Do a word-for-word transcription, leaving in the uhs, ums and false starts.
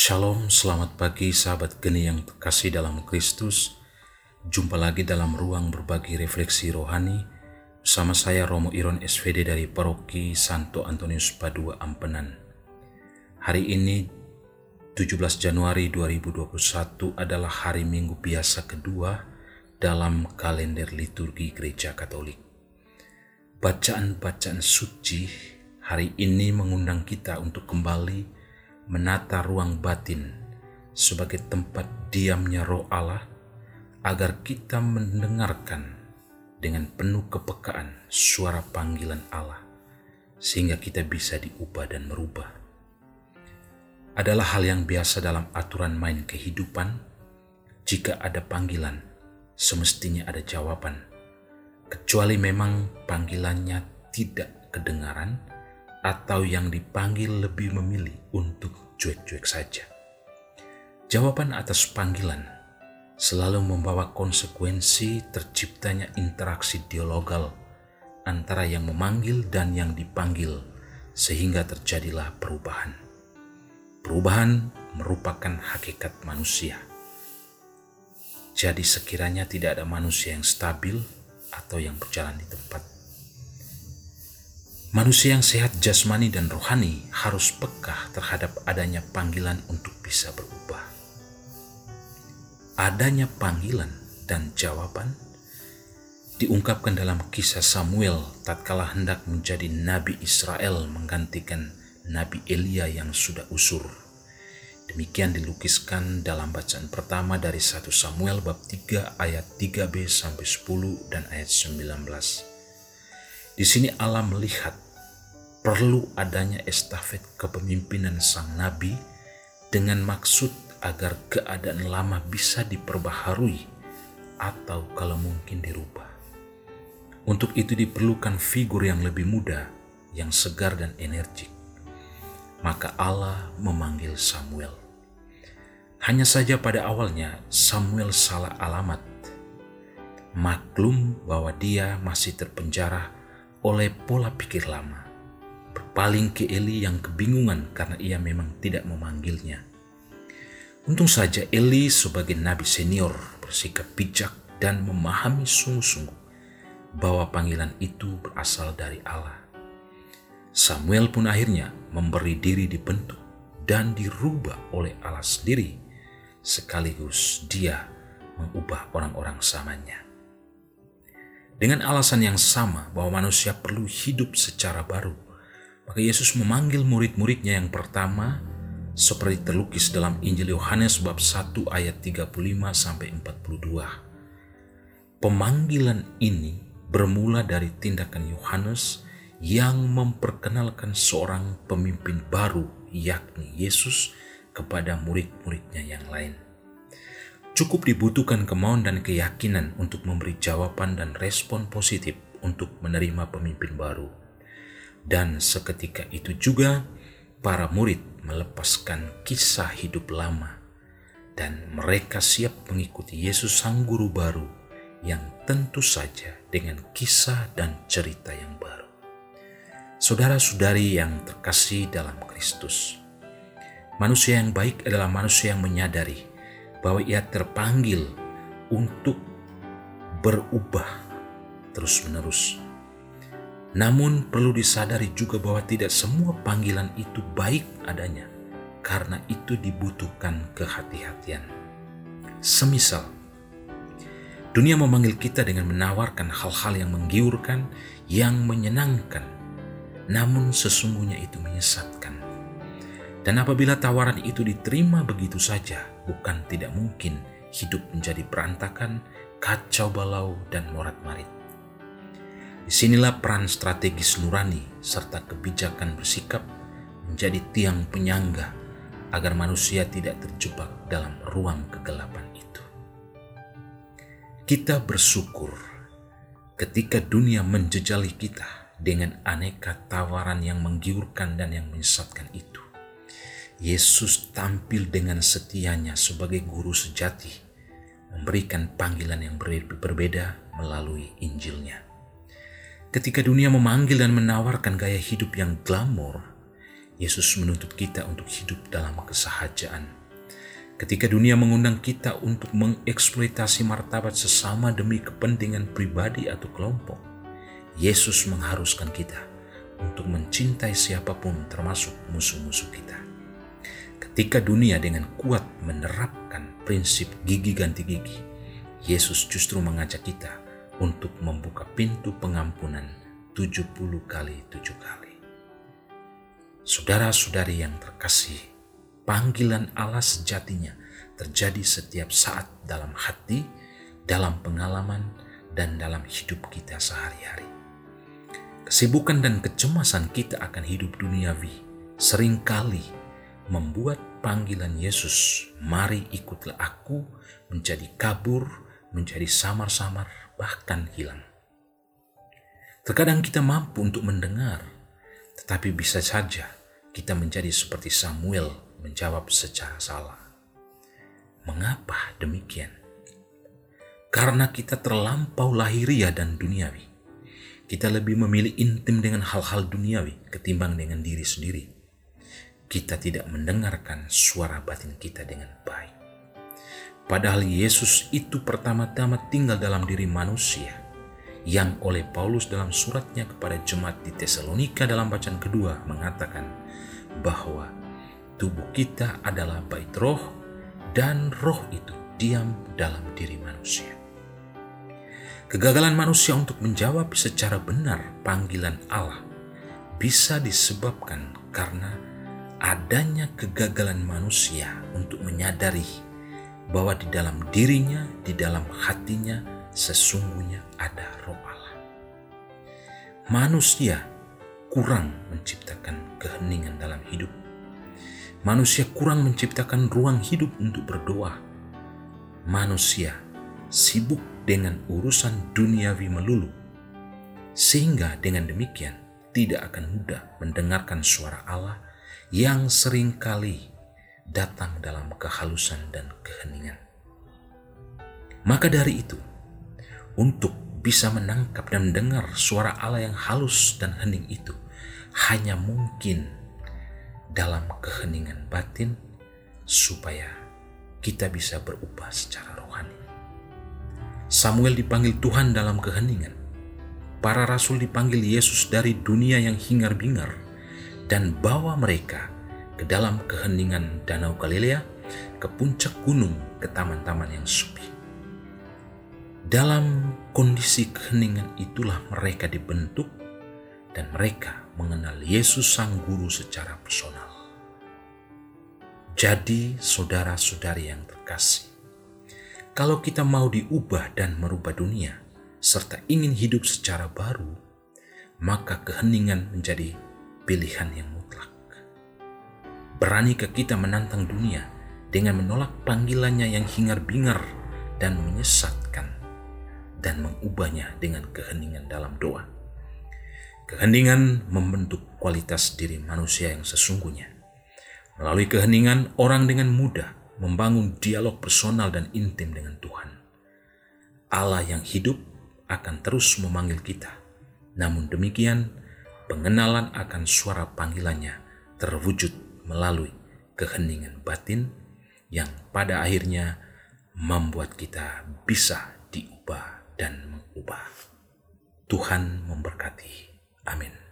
Shalom, selamat pagi sahabat geni yang terkasih dalam Kristus. Jumpa lagi dalam ruang berbagi refleksi rohani bersama saya Romo Iron S V D dari Paroki Santo Antonius Padua Ampenan. Hari ini tujuh belas Januari dua ribu dua puluh satu adalah hari Minggu biasa kedua dalam kalender liturgi Gereja Katolik. Bacaan-bacaan suci hari ini mengundang kita untuk kembali menata ruang batin sebagai tempat diamnya Roh Allah, agar kita mendengarkan dengan penuh kepekaan suara panggilan Allah, sehingga kita bisa diubah dan merubah. Adalah hal yang biasa dalam aturan main kehidupan. Jika ada panggilan, semestinya ada jawaban, kecuali memang panggilannya tidak kedengaran, atau yang dipanggil lebih memilih untuk cuek-cuek saja. Jawaban atas panggilan selalu membawa konsekuensi terciptanya interaksi dialogal antara yang memanggil dan yang dipanggil, sehingga terjadilah perubahan. Perubahan merupakan hakikat manusia. Jadi sekiranya tidak ada manusia yang stabil atau yang berjalan di tempat. Manusia yang sehat jasmani dan rohani harus peka terhadap adanya panggilan untuk bisa berubah. Adanya panggilan dan jawaban diungkapkan dalam kisah Samuel tatkala hendak menjadi Nabi Israel menggantikan Nabi Elia yang sudah usur. Demikian dilukiskan dalam bacaan pertama dari satu Samuel bab tiga ayat tiga b sampai sepuluh dan ayat sembilan belas. Di sini Allah melihat perlu adanya estafet kepemimpinan sang nabi dengan maksud agar keadaan lama bisa diperbaharui atau kalau mungkin dirubah. Untuk itu diperlukan figur yang lebih muda, yang segar dan energik. Maka Allah memanggil Samuel. Hanya saja pada awalnya Samuel salah alamat. Maklum bahwa dia masih terpenjara oleh pola pikir lama, berpaling ke Eli yang kebingungan karena ia memang tidak memanggilnya. Untung saja Eli sebagai nabi senior bersikap bijak dan memahami sungguh-sungguh bahwa panggilan itu berasal dari Allah. Samuel pun akhirnya memberi diri dibentuk dan dirubah oleh Allah sendiri, sekaligus dia mengubah orang-orang samanya. Dengan alasan yang sama bahwa manusia perlu hidup secara baru, maka Yesus memanggil murid-muridnya yang pertama seperti terlukis dalam Injil Yohanes bab satu ayat tiga puluh lima sampai empat puluh dua. Pemanggilan ini bermula dari tindakan Yohanes yang memperkenalkan seorang pemimpin baru, yakni Yesus, kepada murid-muridnya yang lain. Cukup dibutuhkan kemauan dan keyakinan untuk memberi jawaban dan respon positif untuk menerima pemimpin baru. Dan seketika itu juga para murid melepaskan kisah hidup lama dan mereka siap mengikuti Yesus sang guru baru yang tentu saja dengan kisah dan cerita yang baru. Saudara-saudari yang terkasih dalam Kristus, manusia yang baik adalah manusia yang menyadari bahwa ia terpanggil untuk berubah terus-menerus. Namun perlu disadari juga bahwa tidak semua panggilan itu baik adanya, karena itu dibutuhkan kehati-hatian. Semisal, dunia memanggil kita dengan menawarkan hal-hal yang menggiurkan, yang menyenangkan, namun sesungguhnya itu menyesatkan. Dan apabila tawaran itu diterima begitu saja, bukan tidak mungkin hidup menjadi berantakan, kacau balau, dan morat-marit. Disinilah peran strategis nurani serta kebijakan bersikap menjadi tiang penyangga agar manusia tidak terjebak dalam ruang kegelapan itu. Kita bersyukur ketika dunia menjejali kita dengan aneka tawaran yang menggiurkan dan yang menyesatkan itu. Yesus tampil dengan setianya sebagai guru sejati, memberikan panggilan yang berbeda melalui Injilnya. Ketika dunia memanggil dan menawarkan gaya hidup yang glamor, Yesus menuntut kita untuk hidup dalam kesahajaan. Ketika dunia mengundang kita untuk mengeksploitasi martabat sesama demi kepentingan pribadi atau kelompok, Yesus mengharuskan kita untuk mencintai siapapun termasuk musuh-musuh kita. Ketika dunia dengan kuat menerapkan prinsip gigi ganti gigi, Yesus justru mengajak kita untuk membuka pintu pengampunan tujuh puluh kali tujuh kali. Saudara-saudari yang terkasih, panggilan Allah sejatinya terjadi setiap saat dalam hati, dalam pengalaman, dan dalam hidup kita sehari-hari. Kesibukan dan kecemasan kita akan hidup duniawi seringkali membuat panggilan Yesus, "Mari ikutlah aku," menjadi kabur, menjadi samar-samar, bahkan hilang. Terkadang kita mampu untuk mendengar, tetapi bisa saja kita menjadi seperti Samuel menjawab secara salah. Mengapa demikian? Karena kita terlampau lahiriah dan duniawi. Kita lebih memilih intim dengan hal-hal duniawi ketimbang dengan diri sendiri. Kita tidak mendengarkan suara batin kita dengan baik. Padahal Yesus itu pertama-tama tinggal dalam diri manusia, yang oleh Paulus dalam suratnya kepada jemaat di Tesalonika dalam bacaan kedua mengatakan bahwa tubuh kita adalah bait roh dan roh itu diam dalam diri manusia. Kegagalan manusia untuk menjawab secara benar panggilan Allah bisa disebabkan karena adanya kegagalan manusia untuk menyadari bahwa di dalam dirinya, di dalam hatinya sesungguhnya ada roh Allah. Manusia kurang menciptakan keheningan dalam hidup. Manusia kurang menciptakan ruang hidup untuk berdoa. Manusia sibuk dengan urusan duniawi melulu, sehingga dengan demikian tidak akan mudah mendengarkan suara Allah yang seringkali datang dalam kehalusan dan keheningan. Maka dari itu, untuk bisa menangkap dan mendengar suara Allah yang halus dan hening itu, hanya mungkin dalam keheningan batin supaya kita bisa berubah secara rohani. Samuel dipanggil Tuhan dalam keheningan. Para rasul dipanggil Yesus dari dunia yang hingar-bingar dan bawa mereka ke dalam keheningan Danau Galilea, ke puncak gunung, ke taman-taman yang sepi. Dalam kondisi keheningan itulah mereka dibentuk dan mereka mengenal Yesus Sang Guru secara personal. Jadi saudara-saudari yang terkasih, kalau kita mau diubah dan merubah dunia, serta ingin hidup secara baru, maka keheningan menjadi pilihan yang mutlak. Beranikah kita menantang dunia dengan menolak panggilannya yang hingar-bingar dan menyesatkan, dan mengubahnya dengan keheningan dalam doa? Keheningan membentuk kualitas diri manusia yang sesungguhnya. Melalui keheningan, orang dengan mudah membangun dialog personal dan intim dengan Tuhan. Allah yang hidup akan terus memanggil kita. Namun demikian, pengenalan akan suara panggilannya terwujud melalui keheningan batin yang pada akhirnya membuat kita bisa diubah dan mengubah. Tuhan memberkati. Amin.